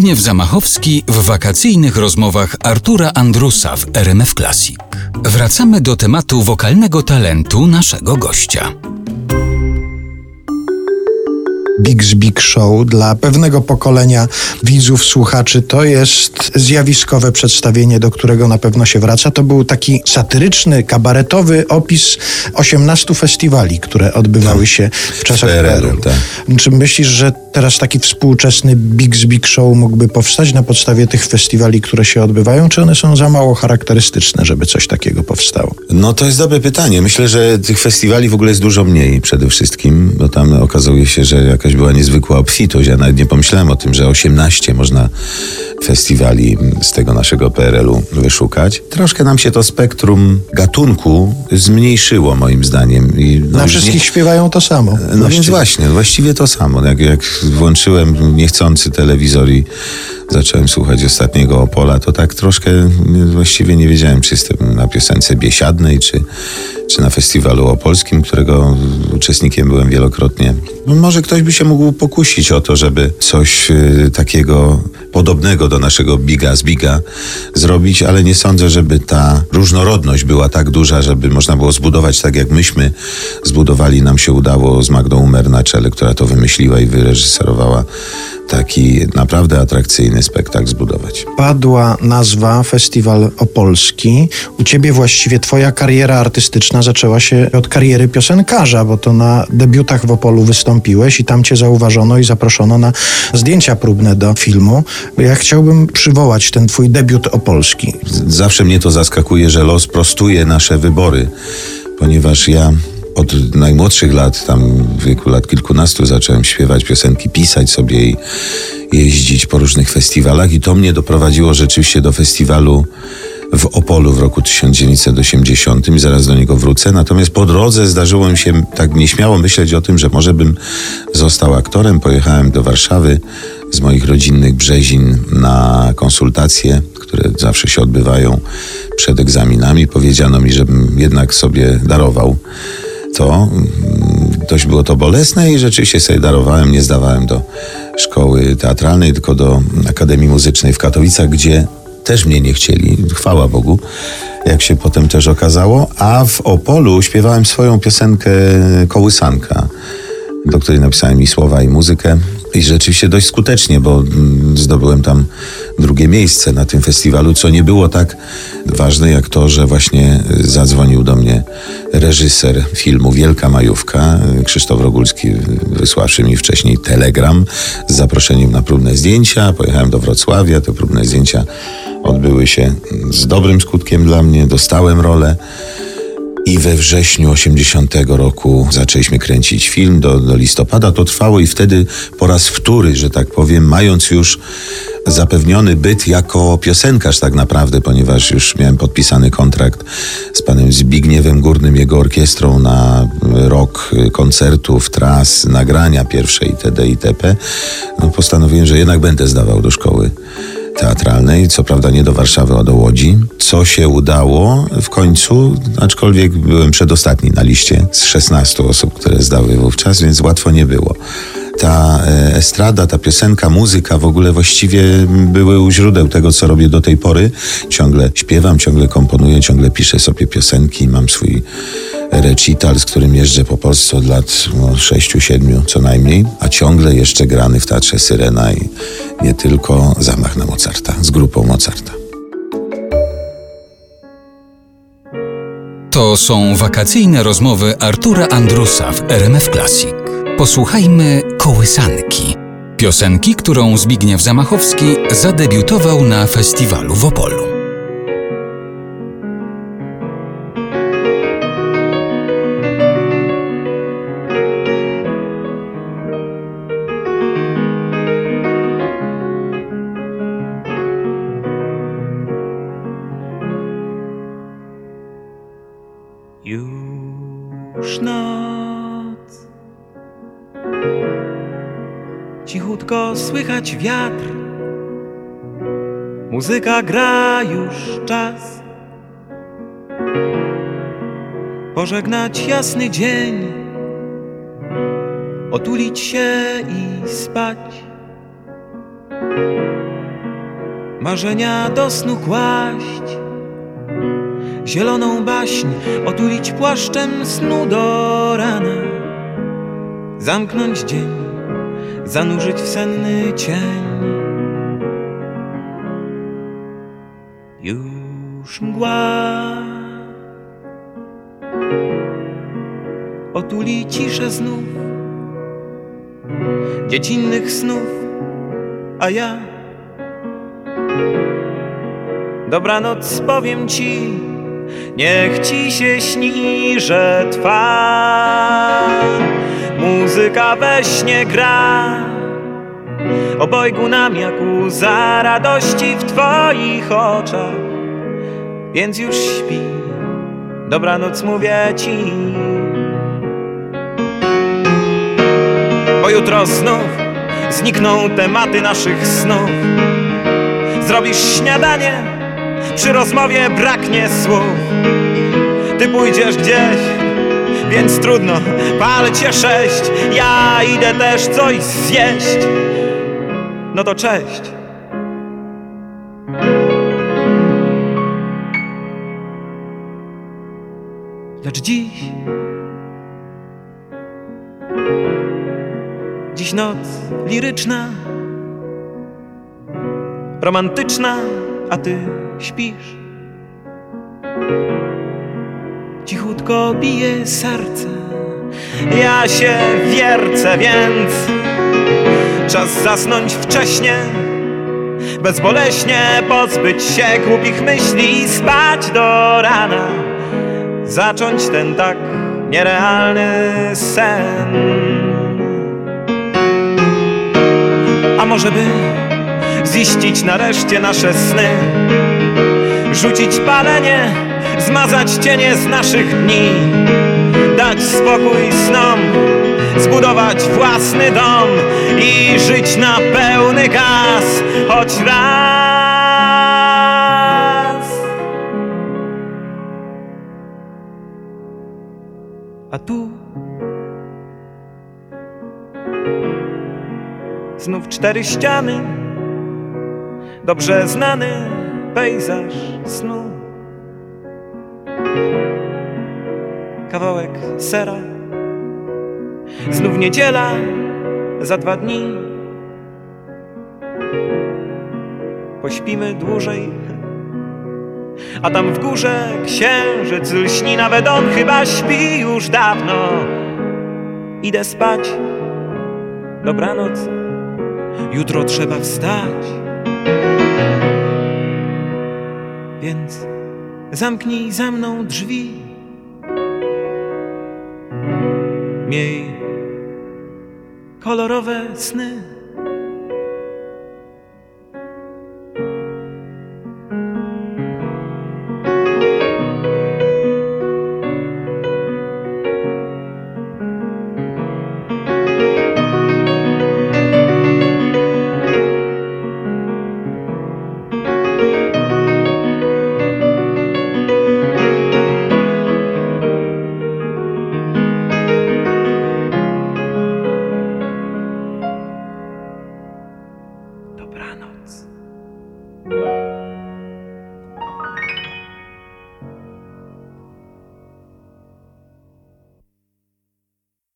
Zbigniew Zamachowski w wakacyjnych rozmowach Artura Andrusa w RMF Classic. Wracamy do tematu wokalnego talentu naszego gościa. Big's Big Show dla pewnego pokolenia widzów, słuchaczy to jest zjawiskowe przedstawienie, do którego na pewno się wraca. To był taki satyryczny, kabaretowy opis 18 festiwali, które odbywały się w czasach PRL-u. Czy myślisz, że teraz taki współczesny Big's Big Show mógłby powstać na podstawie tych festiwali, które się odbywają, czy one są za mało charakterystyczne, żeby coś takiego powstało? No to jest dobre pytanie. Myślę, że tych festiwali w ogóle jest dużo mniej przede wszystkim, bo tam okazuje się, że jakaś była niezwykła obfitość. Ja nawet nie pomyślałem o tym, że 18 można festiwali z tego naszego PRL-u wyszukać. Troszkę nam się to spektrum gatunku zmniejszyło moim zdaniem. Na wszystkich śpiewają to samo. No więc właśnie, właściwie to samo. Jak włączyłem niechcący telewizor i zacząłem słuchać ostatniego Opola, to tak troszkę właściwie nie wiedziałem, czy jestem na piosence biesiadnej, czy na festiwalu opolskim, którego uczestnikiem byłem wielokrotnie. No może ktoś by się mógł pokusić o to, żeby coś takiego podobnego do naszego Biga z Biga zrobić, ale nie sądzę, żeby ta różnorodność była tak duża, żeby można było zbudować tak, jak myśmy zbudowali. Nam się udało z Magdą Umer na czele, która to wymyśliła i wyreżyserowała, taki naprawdę atrakcyjny spektakl zbudować. Padła nazwa Festiwal Opolski. U ciebie właściwie twoja kariera artystyczna zaczęła się od kariery piosenkarza, bo to na debiutach w Opolu wystąpiłeś i tam cię zauważono i zaproszono na zdjęcia próbne do filmu. Ja chciałbym przywołać ten twój debiut opolski. Zawsze mnie to zaskakuje, że los prostuje nasze wybory, ponieważ ja od najmłodszych lat, tam w wieku lat kilkunastu, zacząłem śpiewać piosenki, pisać sobie i jeździć po różnych festiwalach i to mnie doprowadziło rzeczywiście do festiwalu w Opolu w roku 1980 i zaraz do niego wrócę. Natomiast po drodze zdarzyło mi się tak nieśmiało myśleć o tym, że może bym został aktorem. Pojechałem do Warszawy z moich rodzinnych Brzezin na konsultacje, które zawsze się odbywają przed egzaminami. Powiedziano mi, żebym jednak sobie darował to. Dość było to bolesne i rzeczywiście sobie darowałem. Nie zdawałem do szkoły teatralnej, tylko do Akademii Muzycznej w Katowicach, gdzie też mnie nie chcieli, chwała Bogu, jak się potem też okazało. A w Opolu śpiewałem swoją piosenkę Kołysanka, do której napisałem i słowa, i muzykę. I rzeczywiście dość skutecznie, bo zdobyłem tam drugie miejsce na tym festiwalu, co nie było tak ważne jak to, że właśnie zadzwonił do mnie reżyser filmu Wielka Majówka, Krzysztof Rogulski, wysławszy mi wcześniej telegram z zaproszeniem na próbne zdjęcia. Pojechałem do Wrocławia, te próbne zdjęcia odbyły się z dobrym skutkiem dla mnie, dostałem rolę. I we wrześniu 80 roku zaczęliśmy kręcić film do listopada. To trwało i wtedy po raz wtóry, że tak powiem, mając już zapewniony byt jako piosenkarz tak naprawdę, ponieważ już miałem podpisany kontrakt z panem Zbigniewem Górnym, jego orkiestrą na rok koncertów, tras, nagrania pierwsze itd. itp. No, postanowiłem, że jednak będę zdawał do szkoły teatralnej, co prawda nie do Warszawy, a do Łodzi, co się udało w końcu, aczkolwiek byłem przedostatni na liście z 16 osób, które zdały wówczas, więc łatwo nie było. Ta estrada, ta piosenka, muzyka w ogóle właściwie były u źródeł tego, co robię do tej pory. Ciągle śpiewam, ciągle komponuję, ciągle piszę sobie piosenki, mam swój recital, z którym jeżdżę po Polsce od lat 6-7 co najmniej, a ciągle jeszcze grany w Teatrze Syrena i nie tylko Zamach na Mozarta, z grupą Mozarta. To są wakacyjne rozmowy Artura Andrusa w RMF Classic. Posłuchajmy Kołysanki, piosenki, którą Zbigniew Zamachowski zadebiutował na festiwalu w Opolu. Już noc, cichutko słychać wiatr, muzyka gra, już czas pożegnać jasny dzień, otulić się i spać. marzenia do snu kłaść, zieloną baśń otulić płaszczem snu do rana, zamknąć dzień, zanurzyć w senny cień. Już mgła otuli ciszę znów, dziecinnych snów, a ja dobranoc powiem ci, niech ci się śni, że trwa muzyka we śnie gra, obojgu nam jak łza radości w twoich oczach, więc już śpi, dobranoc mówię ci. Bo jutro znów znikną tematy naszych snów, zrobisz śniadanie, przy rozmowie braknie słów. Ty pójdziesz gdzieś, więc trudno, pal cię 6, ja idę też coś zjeść. No to cześć. Lecz dziś noc liryczna, romantyczna, a ty śpisz. Cichutko bije serce, ja się wiercę, więc czas zasnąć wcześnie, bezboleśnie pozbyć się głupich myśli i spać do rana, zacząć ten tak nierealny sen. A może by ziścić nareszcie nasze sny, rzucić palenie, zmazać cienie z naszych dni, dać spokój snom, zbudować własny dom i żyć na pełny gaz, choć raz. A tu znów 4 ściany, dobrze znany pejzaż snu, kawałek sera, znów niedziela za 2 dni. Pośpimy dłużej, a tam w górze księżyc lśni, nawet on chyba śpi już dawno. Idę spać, dobranoc, jutro trzeba wstać, więc zamknij za mną drzwi. Miej kolorowe sny.